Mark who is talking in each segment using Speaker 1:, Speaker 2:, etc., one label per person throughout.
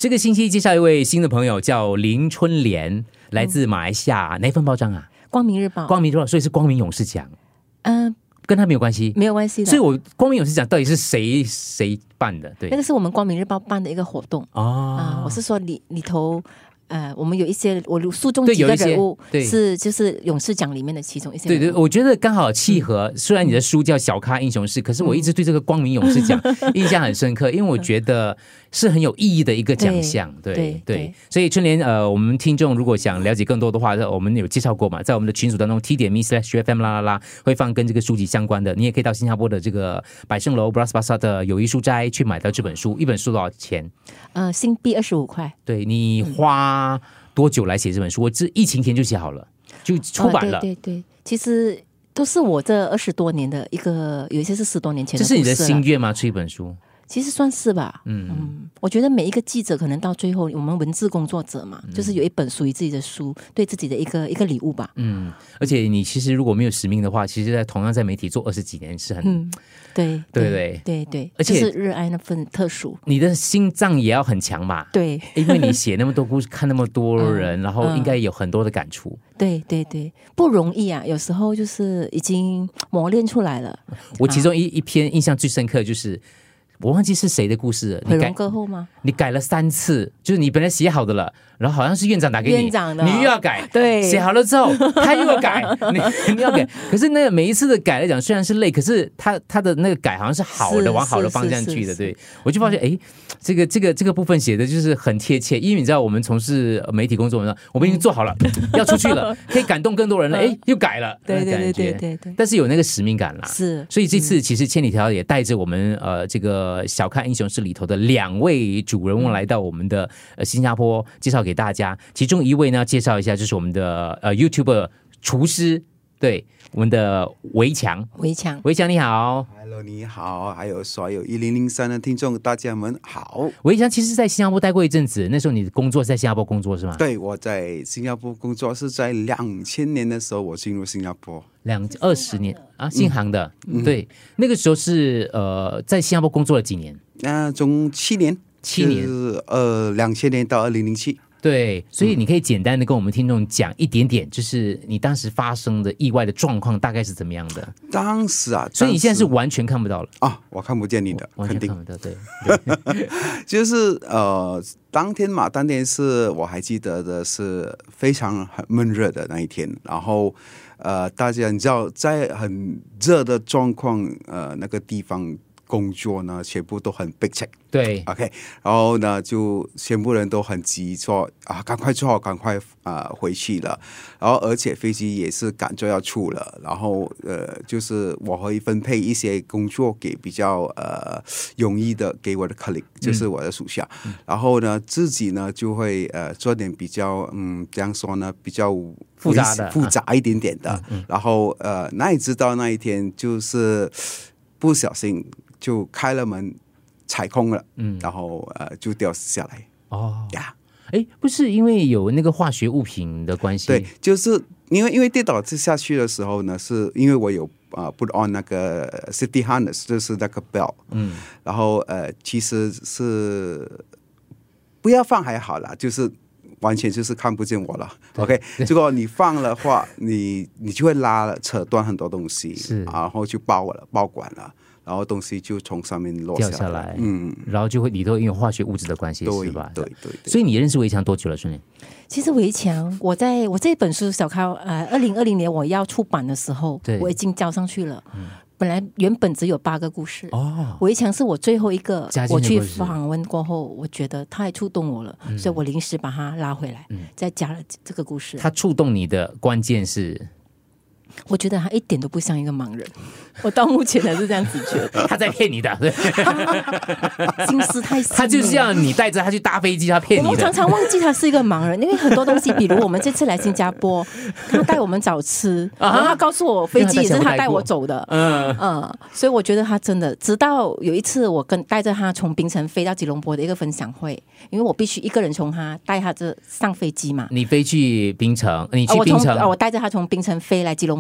Speaker 1: 这个星期介绍一位新的朋友，叫林春莲，来自马来西亚，哪一份报章啊？
Speaker 2: 光明日报。
Speaker 1: 光明日报，所以是光明勇士奖。跟他没有关系，
Speaker 2: 没有关系的。
Speaker 1: 所以我光明勇士奖到底是谁办的？对，
Speaker 2: 那个是我们光明日报办的一个活动我是说里头。我们有一些我书中几个人物是就是勇士奖里面的其中一些人物。
Speaker 1: 对，我觉得刚好契合。虽然你的书叫小咖英雄士，可是我一直对这个光明勇士奖印象很深刻，因为我觉得是很有意义的一个奖项。对，所以春莲我们听众如果想了解更多的话，我们有介绍过嘛，在我们的群组当中 t.me/FM 啦啦啦会放跟这个书籍相关的，你也可以到新加坡的这个百盛楼 Bras Basah 的友谊书斋去买到这本书。一本书多少钱？
Speaker 2: 新币25块。
Speaker 1: 对，你花多久来写这本书？我疫情前就写好了，就出版了。
Speaker 2: 对，其实都是我这20多年的一个，有一些是10多年前的故事了。
Speaker 1: 这是你的心愿吗？出一本书？
Speaker 2: 其实算是吧。我觉得每一个记者可能到最后，我们文字工作者嘛，就是有一本属于自己的书，对自己的一个礼物吧。
Speaker 1: 而且你其实如果没有使命的话，其实同样在媒体做20几年是很对，而且
Speaker 2: 就是热爱那份特殊。
Speaker 1: 你的心脏也要很强嘛。
Speaker 2: 对，
Speaker 1: 因为你写那么多故事，看那么多人，然后应该有很多的感触。
Speaker 2: 对，不容易啊，有时候就是已经磨练出来了。
Speaker 1: 我其中一篇印象最深刻就是。我忘记是谁的故事了。
Speaker 2: 毁容歌后吗？
Speaker 1: 你改了3次，就是你本来写好的了，然后好像是院长打给你，
Speaker 2: 院长的
Speaker 1: 你又要改，
Speaker 2: 对，
Speaker 1: 写好了之后他又要改，你要改。可是那个每一次的改来讲，虽然是累，可是他的那个改好像是好的，往好的方向去的。对，我就发现，这个部分写的就是很贴切，因为你知道我们从事媒体工作，我们已经做好了，要出去了，可以感动更多人了，又改了，
Speaker 2: 对，
Speaker 1: 但是有那个使命感啦。
Speaker 2: 是，
Speaker 1: 所以这次其实千里迢也带着我们这个小看英雄室里头的2位主人翁来到我们的新加坡，介绍给大家。其中一位呢，介绍一下，就是我们的YouTuber 厨师，对，我们的围墙你好。
Speaker 3: Hello， 你好，还有所有1003的听众，大家们好。
Speaker 1: 围墙其实在新加坡待过一阵子，那时候你的工作是在新加坡工作是吗？
Speaker 3: 对，我在新加坡工作是在2000年的时候我进入新加坡。
Speaker 1: 20年啊，新航的。对，那个时候是在新加坡工作了几年？
Speaker 3: 从7年，就是2000年到2007。
Speaker 1: 对，所以你可以简单的跟我们听众讲一点点，就是你当时发生的意外的状况大概是怎么样的？
Speaker 3: 当时啊，
Speaker 1: 所以你现在是完全看不到了
Speaker 3: 啊，我看不见你的，
Speaker 1: 完全看不到。对，
Speaker 3: 就是当天是我还记得的是非常很闷热的那一天，然后大家你知道在很热的状况那个地方工作呢，全部都很逼迫。
Speaker 1: 对
Speaker 3: ，OK， 然后呢，就全部人都很急，说赶快做好，赶快回去了。然后而且飞机也是赶着要出了，然后就是我会分配一些工作给比较容易的给我的 colleague， 就是我的属下。然后呢，自己呢就会做点比较这样说呢，比较复杂一点点的。然后那你知道那一天就是不小心就开了门。踩空了，然后就掉下来。
Speaker 1: 不是因为有那个化学物品的关系？
Speaker 3: 对，就是因为跌倒下去的时候呢，是因为我有put on 那个 safety harness， 就是那个 belt，然后其实是不要放还好啦，就是完全就是看不见我了。OK， 如果你放的话，你就会扯断很多东西，然后就爆管了。然后东西就从上面落下来，
Speaker 1: 然后就会里头因为化学物质的关系，是吧？
Speaker 3: 对。
Speaker 1: 所以你认识围墙多久了，孙女？
Speaker 2: 其实围墙，我这本书小咖2020年我要出版的时候，我已经交上去了。原本只有8个故事，围墙是我最后一个，我去访问过后，我觉得太触动我了，所以我临时把它拉回来，再加了这个故事。
Speaker 1: 它触动你的关键是？
Speaker 2: 我觉得他一点都不像一个盲人，我到目前还是这样子觉得。
Speaker 1: 他在骗你的，
Speaker 2: 心思太深。
Speaker 1: 他就是要你带着他去搭飞机，他骗你的。
Speaker 2: 我常常忘记他是一个盲人，因为很多东西，比如我们这次来新加坡，他带我们找吃，然后他告诉我飞机也是他带我走的，所以我觉得他真的，直到有一次我带着他从槟城飞到吉隆坡的一个分享会，因为我必须一个人带他上飞机嘛。
Speaker 1: 你飞去槟城，你去槟城，
Speaker 2: 我带着他从槟城飞来吉隆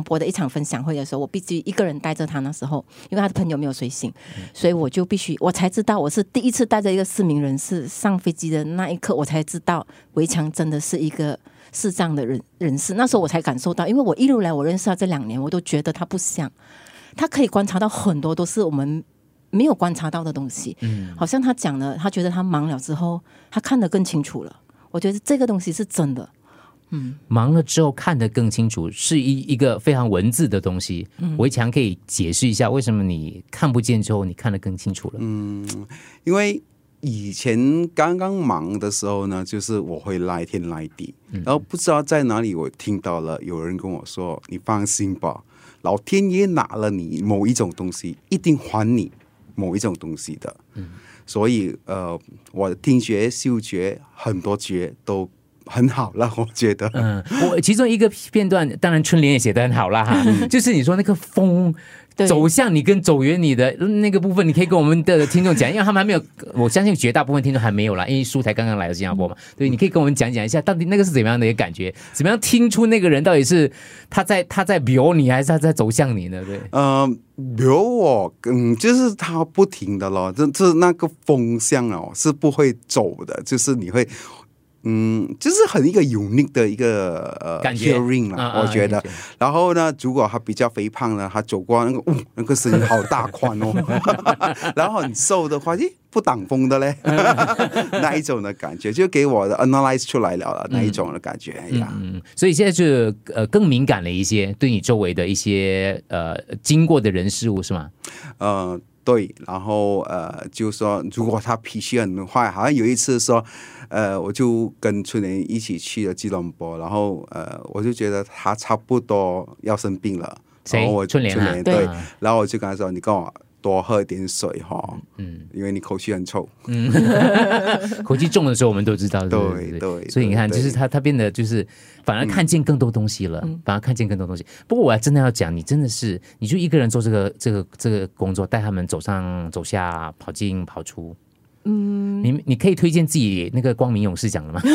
Speaker 2: 播的一场分享会的时候，我必须一个人带着他，那时候因为他的朋友没有睡醒，所以我就必须，我才知道我是第一次带着一个市民人士上飞机的那一刻，我才知道维强真的是一个视障的人士。那时候我才感受到，因为我一路来我认识他这2年，我都觉得他不像，他可以观察到很多都是我们没有观察到的东西。好像他讲了，他觉得他忙了之后，他看得更清楚了。我觉得这个东西是真的。
Speaker 1: 忙了之后看得更清楚，是一个非常文字的东西。维强可以解释一下，为什么你看不见之后，你看得更清楚了？
Speaker 3: 因为以前刚刚忙的时候呢，就是我会赖天赖地，然后不知道在哪里我听到了有人跟我说：“你放心吧，老天爷拿了你某一种东西，一定还你某一种东西的。”所以我的听觉、嗅觉很多觉都很好了，我觉得。
Speaker 1: 我其中一个片段，当然春联也写得很好啦哈，就是你说那个风走向你跟走远你的那个部分，你可以跟我们的听众讲，因为他们还没有，我相信绝大部分听众还没有啦，因为书才刚刚来到新加坡嘛，对，你可以跟我们讲一下，到底那个是怎么样的一个感觉，怎么样听出那个人到底是他在瞄你，还是他在走向你呢？对，
Speaker 3: 瞄我，就是他不停的咯，这那个风向哦是不会走的，就是你会。就是很一个 unique 的一个
Speaker 1: 感觉
Speaker 3: hearing 啦，我觉得。然后呢，如果他比较肥胖呢，他走过那个声音好大宽哦。然后很瘦的话，不挡风的嘞，那一种的感觉就给我的 analyze 出来了那一种的感觉呀。
Speaker 1: 所以现在就更敏感了一些，对你周围的一些经过的人事物是吗？
Speaker 3: 对，然后就说如果他脾气很坏，好像有一次说，我就跟春联一起去了吉隆坡，然后我就觉得他差不多要生病了，
Speaker 1: 谁？春联啊？
Speaker 3: 对，然后我就跟他说，你跟我多喝点水哈，因为你口气很臭，
Speaker 1: 口气重的时候我们都知道，
Speaker 3: 对，
Speaker 1: 所以你看，就是他变得就是反而看见更多东西了，反而看见更多东西。不过我还真的要讲，你真的是，你就一个人做这个工作，带他们走上走下，跑进跑出。你可以推荐自己那个光明勇士奖了吗？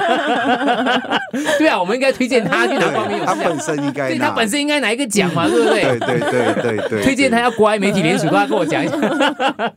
Speaker 1: 对啊，我们应该推荐他去拿光明勇士奖。
Speaker 3: 他本身应该，
Speaker 1: 对，他本身应该拿一个奖嘛，对不对？
Speaker 3: 对。
Speaker 1: 推荐他要乖，媒体联署都要跟我讲一下。